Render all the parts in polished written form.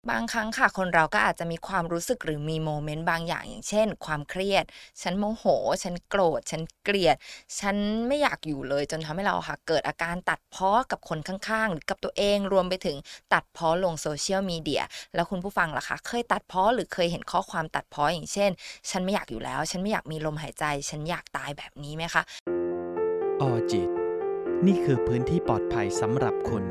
บางครั้งค่ะคนเราก็อาจจะมีความรู้สึกหรือมีโมเมนต์บางอย่างอย่างเช่นความเครียดฉันโมโหฉันโกรธฉันเกลียดฉันไม่อยากอยู่เลยจนทำให้เราค่ะเกิดอาการตัดพ้อกับคนข้างๆหรือกับตัวเองรวมไปถึงตัดพ้อลง Social Media แล้วคุณผู้ฟังล่ะคะเคยตัดพ้อหรือเคยเห็นข้อความตัดพ้ออย่างเช่นฉันไม่อยากอยู่แล้วฉันไม่อยากมีลมหายใจฉันอยากตายแบบนี้ไหมคะออจิตนี่คือพื้นที่ปลอดภัยสำหรับคุณ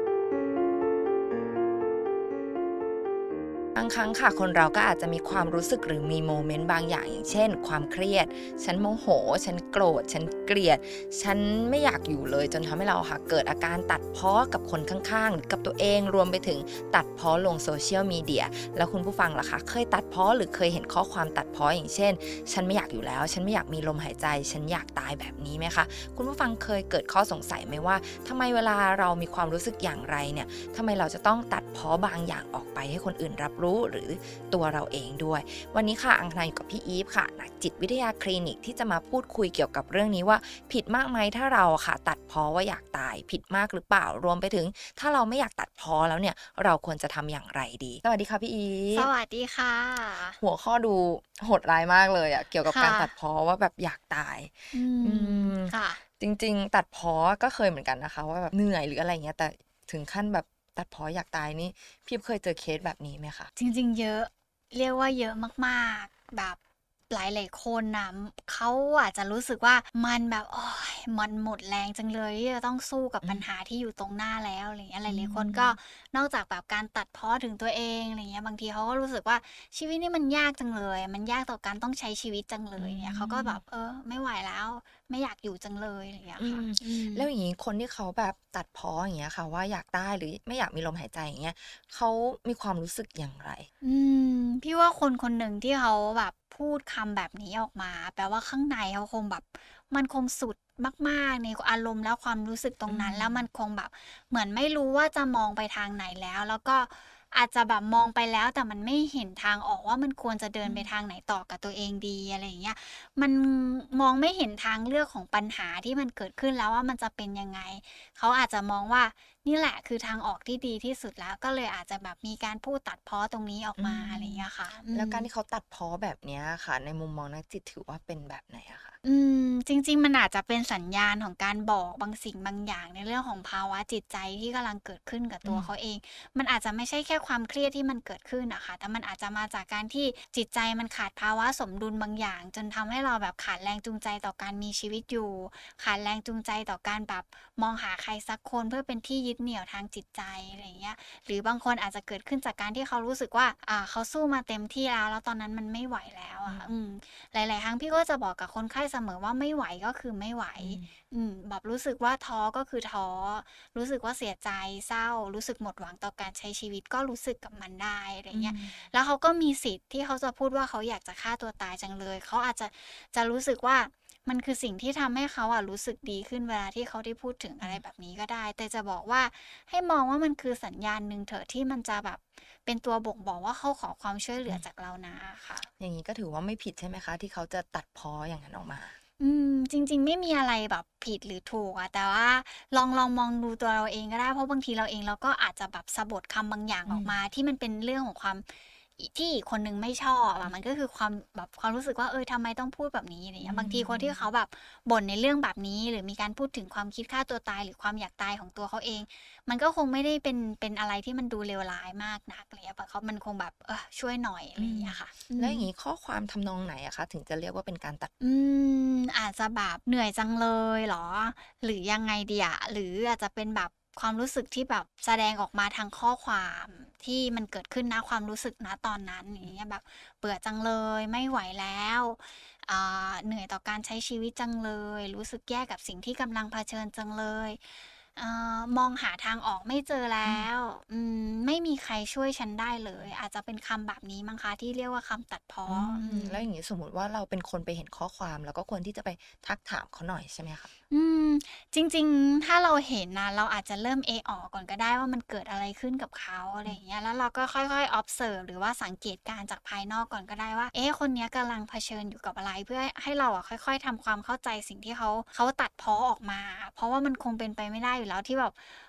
บางครั้งค่ะคนเราก็อาจจะมีความรู้สึกหรือมีโมเมนต์บางอย่างอย่างเช่นความเครียดฉันโมโหฉันโกรธฉันเกลียดฉันไม่อยากอยู่เลยจนทำให้เราค่ะเกิดอาการตัดพ้อกับคนข้างๆหรือกับตัวเองรวมไปถึงตัดพ้อลง Social Media แล้วคุณผู้ฟังล่ะคะเคยตัดพ้อหรือเคยเห็นข้อความตัดพ้ออย่างเช่นฉันไม่อยากอยู่แล้วฉันไม่อยากมีลมหายใจฉันอยากตายแบบนี้ไหมคะคุณผู้ฟังเคยเกิดข้อสงสัยไหมว่าทำไมเวลาเรามีความรู้สึกอย่างไรเนี่ยทำไมเราจะต้องตัดพ้อบางอย่างออกไปให้คนอื่นรับรู้หรือตัวเราเองด้วยวันนี้ค่ะอังคณาอยู่กับพี่อีฟค่ะนักจิตวิทยาคลินิกที่จะมาพูดคุยเกี่ยวกับเรื่องนี้ว่าผิดมากไหมถ้าเราค่ะตัดพ้อว่าอยากตายผิดมากหรือเปล่ารวมไปถึงถ้าเราไม่อยากตัดพ้อแล้วเนี่ยเราควรจะทำอย่างไรดีสวัสดีค่ะพี่อีสฟวัสดีค่ะหัวข้อดูโหดร้ายมากเลยอะเกี่ยวกับการค่ะตัดพ้อว่าแบบอยากตายอือืมมค่ะจริงๆตัดพ้อก็เคยเหมือนกันนะคะว่าแบบเหนื่อยหรืออะไรเงี้ยแต่ถึงขั้นแบบตัดพ้ออยากตายนี่พี่เคยเจอเคสแบบนี้ไหมคะจริงๆเยอะเรียกว่าเยอะมากๆแบบหลายๆคนน่ะเขาอาจจะรู้สึกว่ามันแบบโอ๊ยมันหมดแรงจังเลยที่จะต้องสู้กับอืมปัญหาที่อยู่ตรงหน้าแล้วอะไรเงี้ยหอืลายๆคนก็มนอกจากแบบการตัดพ้อถึงตัวเองอะไรเงี้ยบางทีเขาก็รู้สึกว่าชีวิตนี่มันยากจังเลยมันยากต่อการต้องใช้ชีวิตจังเลอืยเนี่ยเขาก็แบบมไม่ไหวแล้วไม่อยากอยู่จังเลยอะไรเงี้ยค่ะอืมอืมแล้วอย่างงี้คนที่เขาแบบตัดพ้ออย่างเงี้ยค่ะว่าอยากได้หรือไม่อยากมีลมหายใจอย่างเงี้ยเขามีความรู้สึกอย่างไรอืพี่ว่าคนคนหนึ่งที่เขาแบบพูดคำแบบนี้ออกมาแปลว่าข้างในเขาคงแบบมันคงสุดมากๆในอารมณ์และความรู้สึกตรอืงนั้นแล้วมันมคงแบบเหมือนไม่รู้ว่าจะมองไปทางไหนแล้วก็อาจจะแบบมองไปแล้วแต่มันไม่เห็นทางออกว่ามันควรจะเดินอืมไปทางไหนต่อกับตัวเองดีอะไรอย่างเงี้ยมันมองไม่เห็นทางเลือกของปัญหาที่มันเกิดขึ้นแล้วว่ามันจะเป็นยังไงเขาอาจจะมองว่า นี่แหละคือทางออกที่ดีที่สุดแล้วก็เลยอาจจะแบบมีการพูดตัดพ้อตรงนี้ออกอืมาอะไรมอย่างเงี้ยค่ะอืมแล้วการที่เขาตัดพ้อแบบเนี้ยค่ะในมุมมองนักจิตถือว่าเป็นแบบไหนอะคะจริงๆมันอาจจะเป็นสัญญาณของการบอกบางสิ่งบางอย่างในเรื่องของภาวะจิตใจที่กำลังเกิดขึ้นกับอืมตัวเขาเองมันอาจจะไม่ใช่แค่ความเครียดที่มันเกิดขึ้นอะค่ะแต่มันอาจจะมาจากการที่จิตใจมันขาดภาวะสมดุลบางอย่างจนทำให้เราแบบขาดแรงจูงใจต่อการมีชีวิตอยู่ขาดแรงจูงใจต่อการแบบมองหาใครสักคนเพื่อเป็นที่ยึดเหนี่ยวทางจิตใจอะไรอย่างเงี้ยหรือบางคนอาจจะเกิดขึ้นจากการที่เขารู้สึกว่าเขาสู้มาเต็มที่แล้วตอนนั้นมันไม่ไหวแล้วอืมอะหลายๆครั้งพี่ก็จะบอกกับคนไข้เสมอว่าไม่ไหวก็คือไม่ไหวอืมแบบรู้สึกว่าท้อก็คือท้อรู้สึกว่าเสียใจเศร้ารู้สึกหมดหวังต่อการใช้ชีวิตก็รู้สึกกับมันได้อะไรอืเงี้ยมแล้วเขาก็มีสิทธิ์ที่เขาจะพูดว่าเขาอยากจะฆ่าตัวตายจังเลยเขาอาจจะรู้สึกว่ามันคือสิ่งที่ทำให้เขาอะรู้สึกดีขึ้นเวลาที่เขาได้พูดถึงอะไรแบบนี้ก็ได้แต่จะบอกว่าให้มองว่ามันคือสัญญาณหนึ่งเถอะที่มันจะแบบเป็นตัวบ่งบอกว่าเขาขอความช่วยเหลือืมอจากเรานะค่ะอย่างงี้ก็ถือว่าไม่ผิดใช่ไหมคะที่เขาจะตัดพ้ออย่างนั้นออกมาจริงๆไม่มีอะไรแบบผิดหรือถูกอะแต่ว่าลองมองดูตัวเราเองก็ได้เพราะบางทีเราเองเราก็อาจจะแบบสะบัดคำบางอย่างอืมออกมาที่มันเป็นเรื่องของความที่อีกคนหนึ่งไม่ชอบอือะมันมก็คือความแบบความรู้สึกว่าทำไมต้องพูดแบบนี้อะไรอืเงี้ยบางทีคนที่เขาแบบบ่นในเรื่องแบบนี้หรือมีการพูดถึงความคิดฆ่าตัวตายหรือความอยากตายของตัวเขาเองมันก็คงไม่ได้เป็นอะไรที่มันดูเลวร้ายมากนักอะไรเงี้ยแบบเขามันคงแบบช่วยหน่อยอะไรอืมอย่างเงี้ยค่ะแล้วอย่างงี้ข้อความทำนองไหนอะคะถึงจะเรียกว่าเป็นการตัดอาจจะแบบเหนื่อยจังเลยเหรอหรือยังไงดีอะหรืออาจจะเป็นแบบความรู้สึกที่แบบแสดงออกมาทางข้อความที่มันเกิดขึ้นณความรู้สึกณตอนนั้นอย่างเงี้ยแบบเบื่อจังเลยไม่ไหวแล้วเหนื่อยต่อการใช้ชีวิตจังเลยรู้สึกแย่กับสิ่งที่กำลังเผชิญจังเลยมองหาทางออกไม่เจออืมแล้วไม่มีใครช่วยฉันได้เลยอาจจะเป็นคำแบบนี้มั้งคะที่เรียกว่าคำตัดพ้ออือืมแล้วอย่างงี้สมมุติว่าเราเป็นคนไปเห็นข้อความเราก็ควรที่จะไปทักถามเขาหน่อยใช่ไหมคะอืมจริงๆถ้าเราเห็นนะเราอาจจะเริ่มเอะอ๋อก่อนก็ได้ว่ามันเกิดอะไรขึ้นกับเขาอะไรอืมอย่างเงี้ยแล้วเราก็ค่อยๆ observe หรือว่าสังเกตการณ์จากภายนอกก่อนก็ได้ว่าเอ๊ะคนเนี้ยกำลังเผชิญอยู่กับอะไรเพื่อให้เราอะค่อยๆทำความเข้าใจสิ่งที่เขาตัดพ้อออกมาเพราะว่ามันคงเป็นไปไม่ได้อยู่แล้วที่แบบ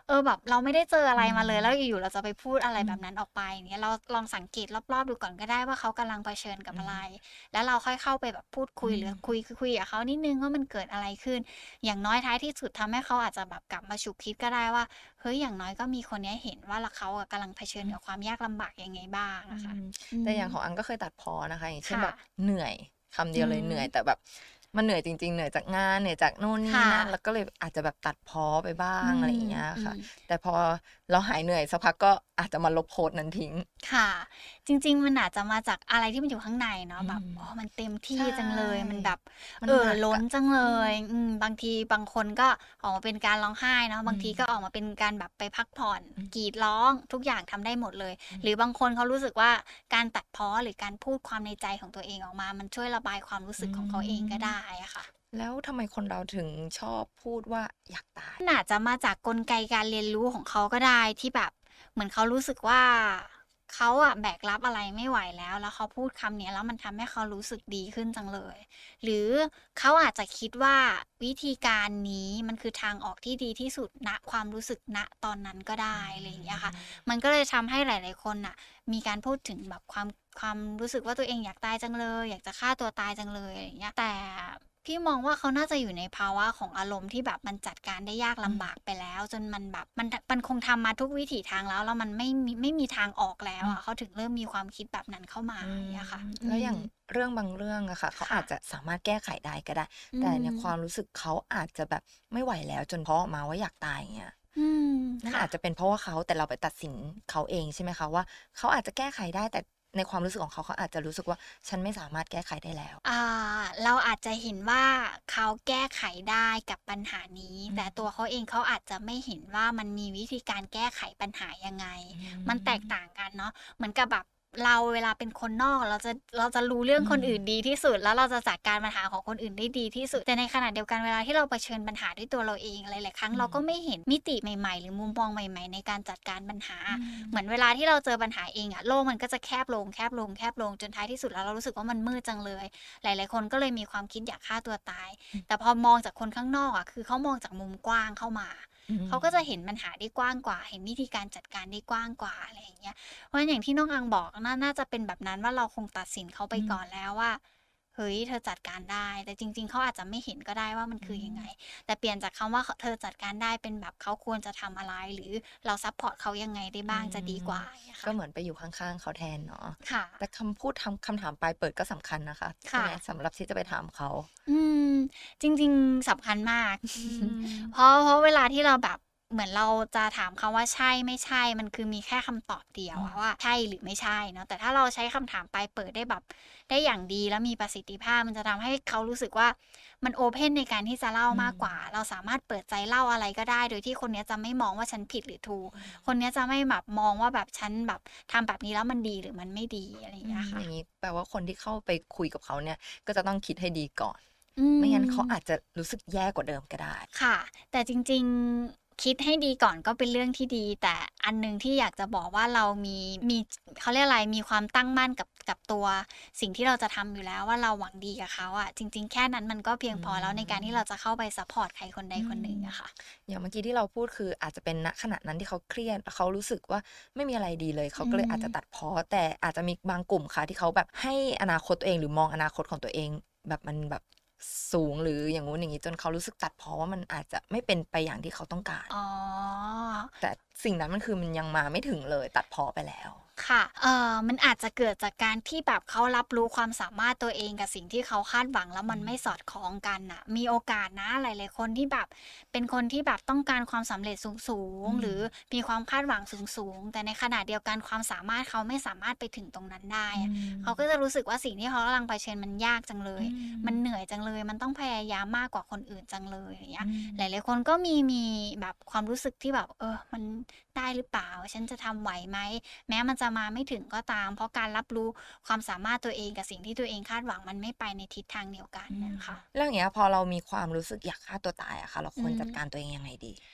แบบเราไม่ได้เจออะไรมาเลยอืมแล้วอยู่ๆเราจะไปพูดอะไรอืแบมบนั้นออกไป อย่างเงี้ย เราลองสังเกตรอบ ๆ ดูก่อนก็ได้ว่าเขากำลังเผชิญกัอบือะไรมแล้วเราค่อยเข้าไปแบบพูดอคุืย หรือมคุยกับเขานิดหนึ่งว่ามันเกิดอะไรขึ้น อย่างน้อยท้ายที่สุดทำให้เขาอาจจะแบบกลับมาฉุกคิดก็ได้ว่า เฮ้ย อย่างน้อยก็มีคนเนี้ยเห็นว่า เขาอะกำลังเผชิอญืมกับความยากลำบากยังไงบ้างอือะค่ะมอืแต่อย่างขมองอันก็เคยตัดพ้อนะคะ อย่างเช่คน่แบบะเหนื่อย คำเดอืียวเลยเหนื่อยมแต่แบบมันเหนื่อยจริง ๆ เหนื่อยจากงาน เหนื่อยจากนู่นนคี่่นั่นะแล้วก็เลยอาจจะแบบตัดพ้อไปบ้าอืง อะไรอย่มางเงี้ยค่ะอืมแต่พอเราหายเหนื่อยสักพัก ก็อาจจะมาลบโพสต์นั้นทิ้งค่ะ จริง ๆ มันอาจจะมาจากอะไรที่มันอยู่ข้างในเนาอะืแบบมมันเต็มทใชี่่จังเลย มันแบบมันหนักล้อนะจังเลอืยมบางทีบางคนก็ออกมาเป็นการร้องไห้เนาะอืบางทีก็มออกมาเป็นการแบบไปพักผ่อนอืมกรีดร้อง ทุกอย่างทำได้หมดเลยอืมหรือบางคนเขารู้สึกว่า การตัดพ้อ หรือการพูดความในใจของตัวเองออกมา มันช่วยระบายความรู้อสึืกของเขาเองก็มได้อะค่ะแล้วทำไมคนเราถึงชอบพูดว่าอยากตาย? มันอาจจะมาจากกลไกการเรียนรู้ของเขาก็ได้ ที่แบบเหมือนเขารู้สึกว่า เขาอะแบกรับอะไรไม่ไหวแล้ว แล้วเขาพูดคำเนี้ย แล้วมันทำให้เขารู้สึกดีขึ้นจังเลย หรือเขาอาจจะคิดว่า วิธีการนี้มันคือทางออกที่ดีที่สุด ณ ความรู้สึก ณ ตอนนั้นก็ได้อือะไรอย่างเงี้ยค่ะมมันก็เลยทำให้หลาย ๆ คนน่ะ มีการพูดถึงแบบความรู้สึกว่า ตัวเองอยากตายจังเลย อยากจะฆ่าตัวตายจังเลย อะไรอย่างเงี้ย แต่พี่มองว่า เขาน่าจะอยู่ในภาวะของอารมณ์ที่แบบมันจัดการได้ยากอืมลำบากไปแล้ว จนมันแบบมันคงทำมาทุกวิถีทางแล้ว แล้วมันไม่มีทางออกแล้วอืมอะ เขาถึงเริ่มมีความคิดแบบนั้นเข้ามาอือย่างมเงี้ยค่ะแล้วอย่างเรื่องบางเรื่องอะค่ะ เขาค่อาะจจะสามารถแก้ไขได้ก็ได้อืแต่ในความมรู้สึกเขาอาจจะแบบไม่ไหวแล้ว จนพ้อออกมาว่าอยากตาย อย่างเงี้ยอืมนั่นค่อาะจจะเป็นเพราะว่าเขา แต่เราไปตัดสินเขาเอง ใช่ไหมคะว่า เขาอาจจะแก้ไขได้ แต่ในความรู้สึกของเขา เขาอาจจะรู้สึกว่า ฉันไม่สามารถแก้ไขได้แล้วเราอาจจะเห็นว่า เขาแก้ไขได้กับปัญหานี้อืแต่ตัวมเขาเองเขาอาจจะไม่เห็นว่า มันมีวิธีการแก้ไขปัญหายังไงอืมันแตกมต่างกันเนาะ เหมือนกับแบบเราเวลาเป็นคนนอก เราจะรู้เรื่อองืคนอื่นมดีที่สุด แล้วเราจะจัดการปัญหาของคนอื่นได้ดีที่สุด แต่ในขณะเดียวกันเวลาที่เราเผชิญปัญหาด้วยตัวเราเอง หลาย ๆ ครั้งอืเราก็มไม่เห็นมิติใหม่ ๆ หรือมุมมองใหม่ ๆ ในการจัดการปัญหาอืเหมืมอนเวลาที่เราเจอปัญหาเองอะ โลกมันก็จะแคบลง จนท้ายที่สุดแล้วเรารู้สึกว่า มันมืดจังเลย หลาย ๆ คนก็เลยมีความคิดอยากฆ่าตัวตายอืมแต่พอมองจากคนข้างนอกอะ คือเขามองจากมุมกว้างเข้ามาอืเขาก็จะเห็มนปัญหาได้กว้างกว่า เห็นวิธีการจัดการได้กว้างกว่า อะไรอย่างเงี้ย เพราะฉะนั้นอย่างที่น้องอังบอก น่าจะเป็นแบบนั้นว่า เราคงตัดสินเขาไปอืมก่อนแล้วว่า เฮ้ย เธอจัดการได้ แต่จริง ๆ เขาอาจจะไม่เห็นก็ได้ว่า มันอืคือยังไงมแต่เปลี่ยนจากคำว่า เธอจัดการได้ เป็นแบบเขาควรจะทำอะไร หรือเราซัปพอร์ตเขายังไงได้อืบ้างจะดีกมว่า อย่างเงี้ยคก่็ะเหมือนไปอยู่ข้าง ๆ เขาแทนเนาะค่แต่ะคำพูด คำถามปลายเปิดก็สำคัญนะคะ ใชค่่ไหม? ะสำหรับที่จะไปถามเขาอืม จริง ๆ สำคัญมาก เพราะเวลาที่เราแบบ เหมือนเราจะถามเขาว่า ใช่ ไม่ใช่ มันคือมีแค่คำตอบเดียวอะอืมว่า ใช่หรือไม่ใช่เนาะ แต่ถ้าเราใช้คำถามปลายเปิดได้แบบ ได้อย่างดี แล้วมีประสิทธิภาพ มันจะทำให้เขารู้สึกว่า มันโอเพนในการที่จะเล่าอืมากกว่ามเราสามารถเปิดใจเล่าอะไรก็ได้ โดยที่คนเนี้ยจะไม่มองว่าฉันผิดหรือถูกอืมคนเนี้ยจะไม่แบบมองว่าแบบ ฉันแบบทำแบบนี้แล้วมันดีหรือมันไม่ดี อะไรอย่าองเงี้ยค่อะย่างงี้แปลว่าคนที่เข้าไปคุยกับเขาเนี่ย ก็จะต้องคิดให้ดีก่อนอืไม่งั้นเขามอาจจะรู้สึกแย่กว่าเดิมก็ได้ค่ะ แต่จริง ๆ คิดให้ดีก่อนก็เป็นเรื่องที่ดี แต่อันหนึ่งที่อยากจะบอกว่า เรามี เขาเรียกอะไร มีความตั้งมั่นกับตัวสิ่งที่เราจะทำอยู่แล้วว่า เราหวังดีกับเขาอะ จริง ๆ แค่นั้นมันก็เพียองืพอแล้วในการที่เรามจะเข้าไปซัปพอร์ตใครคนใดอืคนหนึ่งมอะค่ะอย่างเมื่อกี้ที่เราพูด คืออาจจะเป็น ณ ขณะนั้นที่เขาเครียด แล้วเขารู้สึกว่า ไม่มีอะไรดีเลย เขอืาก็เลยอาจจะมตัดพ้อ แต่อาจจะมีบางกลุ่มค่ะ ที่เขาแบบให้อนาคตตัวเอง หรือมองอนาคตของตัวเองแบบมันแบบสูง หรืออย่างงู้นอย่างงี้ จนเขารู้สึกตัดพ้อว่า มันอาจจะไม่เป็นไปอย่างที่เขาต้องการอ๋อแต่สิ่งนั้นมันคือมันยังมาไม่ถึงเลย ตัดพ้อไปแล้วค่ะ มันอาจจะเกิดจากการที่แบบเขารับรู้ความสามารถตัวเองกับสิ่งที่เขาคาดหวัง แล้วอืมันไม่สอมดคล้องกันน่ะ มีโอกาสนะ หลาย ๆ คนที่แบบเป็นคนที่แบบต้องการความสำเร็จสูงอืๆ หรือมมีความคาดหวังสูง ๆ แต่ในขณะเดียวกันความสามารถเขาไม่สามารถไปถึงตรงนั้นได้อือะ เขาก็มจะรู้สึกว่า สิ่งที่เขากำลังเผชิญมันยากจังเลอืย มันมเหนื่อยจังเลย มันต้องพยายามมากกว่าคนอื่นจังเลย อย่างเงี้อืย หลมาย ๆ คนก็มีแบบความรู้สึกที่แบบ มันได้หรือเปล่า ฉันจะทำไหวไหม แม้มันจะมาไม่ถึงก็ตาม เพราะการรับรู้ความสามารถตัวเองกับสิ่งที่ตัวเองคาดหวัง มันไม่ไปในทิศทางเดียวกันอืมน่ะค่ะแล้วอย่างเงี้ย พอเรามีความรู้สึกอยากฆ่าตัวตายอะค่ะ เราอืควรจัดกมารตัวเองยังไงดี? คื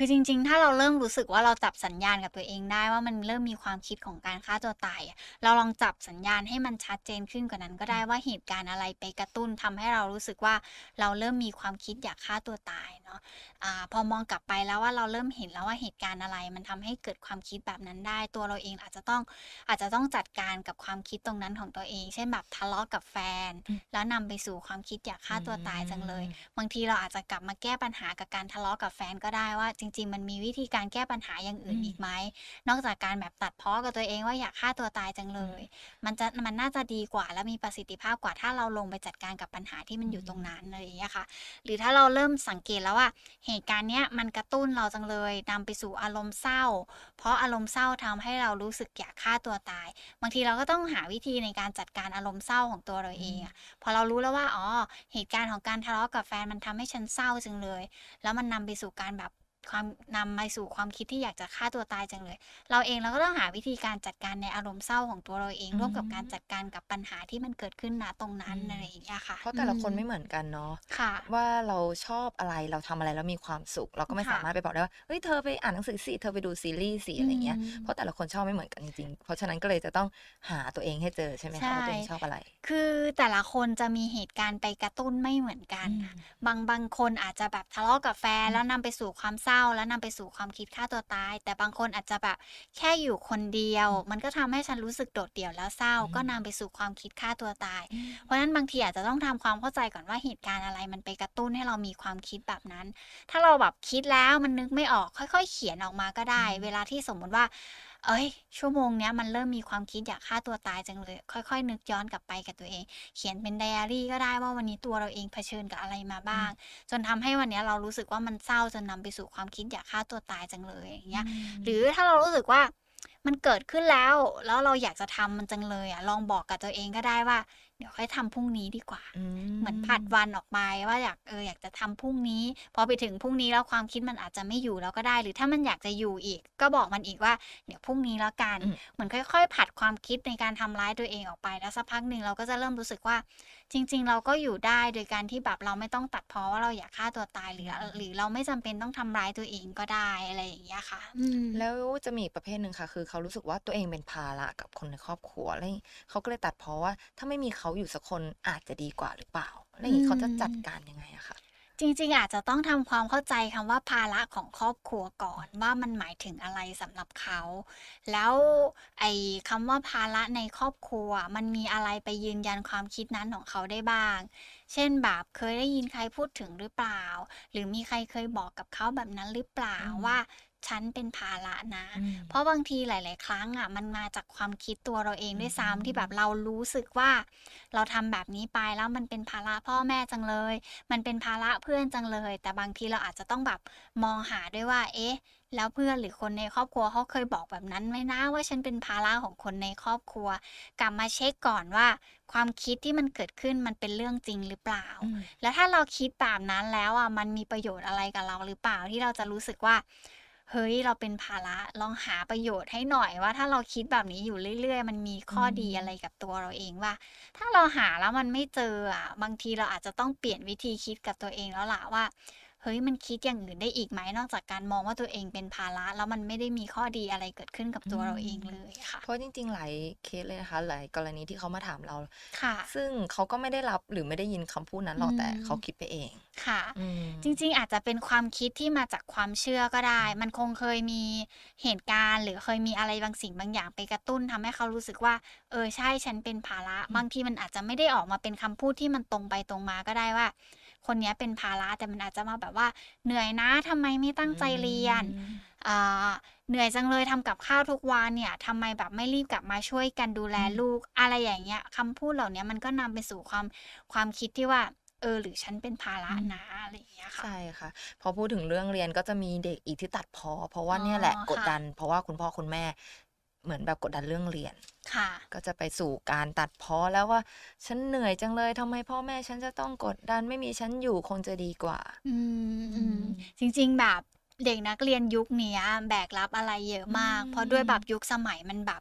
คือจริงๆถ้าเราเริ่มรู้สึกว่าเราจับสัญญาณกับตัวเองได้ว่ามันเริ่มมีความคิดของการฆ่าตัวตายอะเราลองจับสัญญาณให้มันชัดเจนขึ้นกว่านั้นก็ได้ว่าเหตุการณ์อะไรไปกระตุ้นทำให้เรารู้สึกว่าเราเริ่มมีความคิดอยากฆ่าตัวตายเนาะพอมองกลับไปแล้วว่าเราเริ่มเห็นแล้วว่าเหตุการณ์อะไรมันทำให้เกิดความคิดแบบนั้นได้ตัวเราเองอาจจะต้องจัดการกับความคิดตรงนั้นของตัวเองเช่นแบบทะเลาะกับแฟนแล้วนำไปสู่ความคิดอยากฆ่าตัวตายจังเลย บางทีเราอาจจะกลับมาแก้ปัญหากับการทะเลาะกับแฟนก็ได้ว่าจริงๆมันมีวิธีการแก้ปัญหาอย่างอื่นอีกไหมนอกจากการแบบตัดพ้อกับตัวเองว่าอยากฆ่าตัวตายจังเลยมันน่าจะดีกว่าและมีประสิทธิภาพกว่าถ้าเราลงไปจัดการกับปัญหาที่มันอยู่ตรงนั้นอะไรอย่างเงี้ยค่ะหรือถ้าเราเริ่มสังเกตแล้วว่าเหตุการณ์เนี้ยมันกระตุ้นเราจังเลยนำไปสู่อารมณ์เศร้าเพราะอารมณ์เศร้าทำให้เรารู้สึกอยากฆ่าตัวตายบางทีเราก็ต้องหาวิธีในการจัดการอารมณ์เศร้าของตัวเราเองอะพอเรารู้แล้วว่าอ๋อ เหตุการณ์ของการทะเลาะกับแฟนมันทำให้ฉันเศร้าจังเลย แล้วมันนำไปสู่การแบบนำไปสู่ความคิดที่อยากจะฆ่าตัวตายจังเลย เราก็ต้องหาวิธีการจัดการในอารมณ์เศร้าของตัวเราเองร่วมกับการจัดการกับปัญหาที่มันเกิดขึ้นณตรงนั้นอะไรอย่างเงี้ยค่ะเพราะแต่ละคนไม่เหมือนกันเนาะค่ะว่าเราชอบอะไรเราทำอะไรแล้วมีความสุขเราก็ไม่สามารถไปบอกได้ว่าเฮ้ยเธอไปอ่านหนังสือสิเธอไปดูซีรีส์สิอะไรเงี้ยเพราะแต่ละคนชอบไม่เหมือนกันจริงๆเพราะฉะนั้นก็เลยจะต้องหาตัวเองให้เจอใช่ไหมคะใช่ว่าตัวเองชอบอะไรคือแต่ละคนจะมีเหตุการณ์ไปกระตุ้นไม่เหมือนกันค่ะบางคนอาจจะแบบทะเลาะกับแฟนแล้วนำไปสู่ความเศร้าแล้วนำไปสู่ความคิดฆ่าตัวตายแต่บางคนอาจจะแบบแค่อยู่คนเดียวมันก็ทำให้ฉันรู้สึกโดดเดี่ยวแล้วเศร้าก็นำไปสู่ความคิดฆ่าตัวตายเพราะฉะนั้นบางทีอาจจะต้องทำความเข้าใจก่อนว่าเหตุการณ์อะไรมันไปกระตุ้นให้เรามีความคิดแบบนั้นถ้าเราแบบคิดแล้วมันนึกไม่ออกค่อยๆเขียนออกมาก็ได้เวลาที่สมมุติว่า เอ้ยชั่วโมงเนี้ยมันเริ่มมีความคิดอยากฆ่าตัวตายจังเลยค่อยๆนึกย้อนกลับไปกับตัวเองเขียนเป็นไดอารีก็ได้ว่าวันนี้ตัวเราเองเผชิญกับอะไรมาบ้างจนทำให้วันเนี้ยเรารู้สึกว่ามันเศร้าจนนำไปสู่ความคิดอยากฆ่าตัวตายจังเลยอย่างเงี้ยหรือถ้าเรารู้สึกว่ามันเกิดขึ้นแล้วเราอยากจะทำมันจังเลยอะลองบอกกับตัวเองก็ได้ว่าเดี๋ยวค่อยทำพรุ่งนี้ดีกว่าเหมือนผัดวันออกไปว่าอยากจะทำพรุ่งนี้พอไปถึงพรุ่งนี้แล้วความคิดมันอาจจะไม่อยู่แล้วก็ได้หรือถ้ามันอยากจะอยู่อีกก็บอกมันอีกว่าเดี๋ยวพรุ่งนี้แล้วกันเหมือนค่อยๆผัดความคิดในการทำร้ายตัวเองออกไปแล้วสักพักหนึ่งเราก็จะเริ่มรู้สึกว่าจริงๆเราก็อยู่ได้โดยการที่แบบเราไม่ต้องตัดพ้อว่าเราอยากฆ่าตัวตายหรือเราไม่จำเป็นต้องทำร้ายตัวเองก็ได้อะไรอย่างเงี้ยค่ะแล้วจะมีอีกประเภทหนึ่งค่ะคือเขารู้สึกว่าตัวเองเป็นภาระกับคนในครอบครัวแล้วเขาก็เลยตัดพ้อว่าถ้าไม่มีเขาอยู่สักคนอาจจะดีกว่าหรือเปล่าอะไรอย่างนี้เขาจะจัดการยังไงอะคะจริงๆอาจจะต้องทำความเข้าใจคำว่าภาระของครอบครัวก่อนว่ามันหมายถึงอะไรสำหรับเขาแล้วไอ้คำว่าภาระในครอบครัวมันมีอะไรไปยืนยันความคิดนั้นของเขาได้บ้างเช่นแบบเคยได้ยินใครพูดถึงหรือเปล่าหรือมีใครเคยบอกกับเขาแบบนั้นหรือเปล่าว่าฉันเป็นภาระนะเพราะบางทีหลายๆครั้งอะมันมาจากความคิดตัวเราเองด้วยซ้ำที่แบบเรารู้สึกว่าเราทำแบบนี้ไปแล้วมันเป็นภาระพ่อแม่จังเลย มันเป็นภาระเพื่อนจังเลย แต่บางทีเราอาจจะต้องแบบมองหาด้วยว่า เอ๊ะ แล้วเพื่อนหรือคนในครอบครัวเขาเคยบอกแบบนั้นไหมนะว่าฉันเป็นภาระของคนในครอบครัว กลับมาเช็คก่อนว่าความคิดที่มันเกิดขึ้นมันเป็นเรื่องจริงหรือเปล่า แล้วถ้าเราคิดแบบนั้นแล้วอ่ะมันมีประโยชน์อะไรกับเราหรือเปล่าที่เราจะรู้สึกว่าเฮ้ยเราเป็นภาระลองหาประโยชน์ให้หน่อยว่าถ้าเราคิดแบบนี้อยู่เรื่อยๆมันมีข้อดีอะไรกับตัวเราเองว่า ถ้าเราหาแล้วมันไม่เจออะบางทีเราอาจจะต้องเปลี่ยนวิธีคิดกับตัวเองแล้วล่ะว่าเฮ้ยมันคิดอย่างอื่นได้อีกไหมนอกจากการมองว่าตัวเองเป็นภาระแล้วมันไม่ได้มีข้อดีอะไรเกิดขึ้นกับตัวเราเองเลยค่ะเพราะจริงๆหลายเคสเลยนะคะหลายกรณีที่เขามาถามเราค่ะซึ่งเขาก็ไม่ได้รับหรือไม่ได้ยินคำพูดนั้นหรอกแต่เขาคิดไปเองค่ะจริงๆอาจจะเป็นความคิดที่มาจากความเชื่อก็ได้มันคงเคยมีเหตุการณ์หรือเคยมีอะไรบางสิ่งบางอย่างไปกระตุ้นทำให้เขารู้สึกว่าใช่ฉันเป็นภาระบางทีมันอาจจะไม่ได้ออกมาเป็นคำพูดที่มันตรงไปตรงมาก็ได้ว่าคนเนี้ยเป็นภาระแต่มันอาจจะมาแบบว่าเหนื่อยนะทำไมไม่ตั้งใจเรียนอ่าเหนื่อยจังเลยทำกับข้าวทุกวันเนี่ยทำไมแบบไม่รีบกลับมาช่วยกันดูแลลูกอะไรอย่างเงี้ยคำพูดเหล่านี้มันก็นำไปสู่ความคิดที่ว่าหรือฉันเป็นภาระนะอะไรอย่างเงี้ยค่ะใช่ค่ะพอพูดถึงเรื่องเรียนก็จะมีเด็กอีกที่ตัดพ้อเพราะว่าเนี่ยแหละกดดันเพราะว่าคุณพ่อคุณแม่เหมือนแบบกดดันเรื่องเรียนค่ะก็จะไปสู่การตัดพ้อแล้วว่าฉันเหนื่อยจังเลยทำไมพ่อแม่ฉันจะต้องกดดันไม่มีฉันอยู่คงจะดีกว่าอืมจริงๆแบบเด็กนักเรียนยุคเนี้ยแบกรับอะไรเยอะมากเพราะด้วยแบบยุคสมัยมันแบบ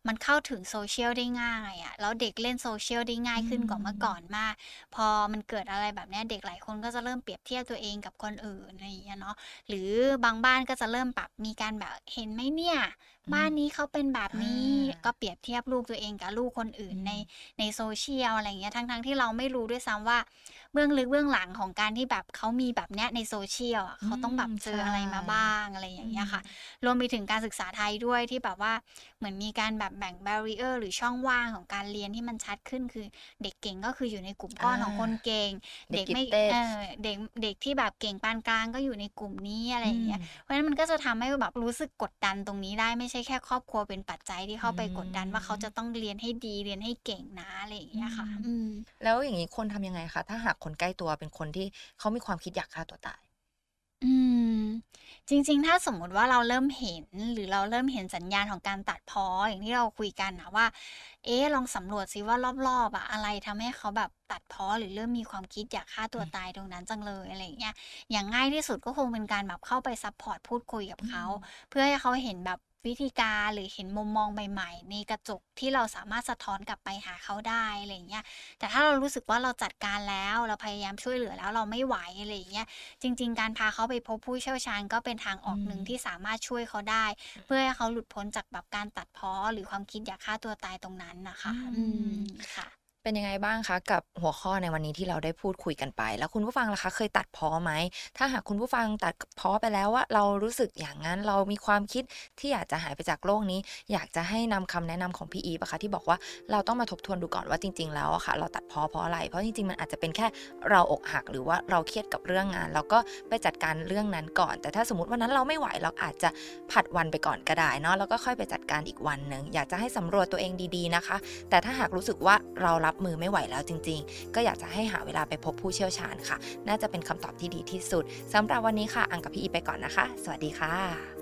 มันเข้าถึงโซเชียลได้ง่ายอะแล้วเด็กเล่นโซเชียลได้ง่ายขึ้นกว่าเมื่อก่อนมากพอมันเกิดอะไรแบบเนี้ยเด็กหลายคนก็จะเริ่มเปรียบเทียบตัวเองกับคนอื่นอะไรอย่างเงี้ยเนาะหรือบางบ้านก็จะเริ่มแบบมีการแบบเห็นไหมเนี่ยบ้านนี้เขาเป็นแบบนี้ก็เปรียบเทียบลูกตัวเองกับลูกคนอื่นในโซเชียลอะไรอย่างเงี้ยทั้งที่เราไม่รู้ด้วยซ้ำว่าเบื้องลึกเบื้องหลังของการที่แบบเขามีแบบเนี้ยในโซเชียลอะเขาต้องแบบเจออะไรมาบ้างอะไรอย่างเงี้ยค่ะ รวมไปถึงการศึกษาไทยด้วยที่แบบว่าเหมือนมีการแบบแบ่ง barrier หรือช่องว่างของการเรียนที่มันชัดขึ้นคือเด็กเก่งก็คืออยู่ในกลุ่มก้อนของคนเก่งเด็กไม่ gifted เด็กที่แบบเก่งปานกลางก็อยู่ในกลุ่มนี้อะไรอย่างเงี้ยเพราะฉะนั้นมันก็จะทำให้แบบรู้สึกกดดันตรงนี้ได้ไม่ใช่แค่ครอบครัวเป็นปัจจัยที่เข้าไปกดดันว่าเขาจะต้องเรียนให้ดีเรียนให้เก่งนะอะไรอย่างเงี้ยค่ะแล้วอย่างนี้คนทำยังไงคะถ้าหากคนใกล้ตัวเป็นคนที่เขามีความคิดอยากฆ่าตัวตายอืมจริงๆถ้าสมมุติว่าเราเริ่มเห็นหรือเราเริ่มเห็นสัญญาณของการตัดพ้ออย่างที่เราคุยกันนะว่าลองสำรวจซิว่ารอบๆอะอะไรทำให้เขาแบบตัดพ้อหรือเริ่มมีความคิดอยากฆ่าตัวตายตรงนั้นจังเลยอะไรอย่างเงี้ยอย่างง่ายที่สุดก็คงเป็นการแบบเข้าไปซัปพอร์ตพูดคุยกับเขาเพื่อให้เขาเห็นแบบวิธีการหรือเห็นมุมมองใหม่ๆในกระจกที่เราสามารถสะท้อนกลับไปหาเขาได้อะไรอย่างเงี้ยแต่ถ้าเรารู้สึกว่าเราจัดการแล้วเราพยายามช่วยเหลือแล้วเราไม่ไหวอะไรอย่างเงี้ย จริงๆ การพาเขาไปพบผู้เชี่ยวชาญก็เป็นทางออกหนึ่งที่สามารถช่วยเขาได้เพื่อให้เขาหลุดพ้นจากแบบการตัดพ้อหรือความคิดอยากฆ่าตัวตายตรงนั้นน่ะค่ะค่ะเป็นยังไงบ้างคะกับหัวข้อในวันนี้ที่เราได้พูดคุยกันไปแล้วคุณผู้ฟังล่ะคะเคยตัดพ้อไหมถ้าหากคุณผู้ฟังตัดพ้อไปแล้วว่าเรารู้สึกอย่างนั้นเรามีความคิดที่อยากจะหายไปจากโลกนี้อยากจะให้นำคำแนะนำของพี่อีฟอะค่ะที่บอกว่าเราต้องมาทบทวนดูก่อนว่าจริงๆแล้วอะค่ะเราตัดพ้อเพราะอะไรเพราะจริงๆมันอาจจะเป็นแค่เราอกหักหรือว่าเราเครียดกับเรื่องงานแล้วก็ไปจัดการเรื่องนั้นก่อนแต่ถ้าสมมติวันนั้นเราไม่ไหวเราอาจจะผัดวันไปก่อนก็ได้เนาะแล้วก็ค่อยไปจัดการอีกวันหนึ่งอยากจะให้สำรวจตัวเองดีๆนะคะแต่ถ้าหากรู้สึกว่าเรารับมือไม่ไหวแล้วจริงๆก็อยากจะให้หาเวลาไปพบผู้เชี่ยวชาญค่ะน่าจะเป็นคำตอบที่ดีที่สุดสำหรับวันนี้ค่ะอังกับพี่อีไปก่อนนะคะสวัสดีค่ะ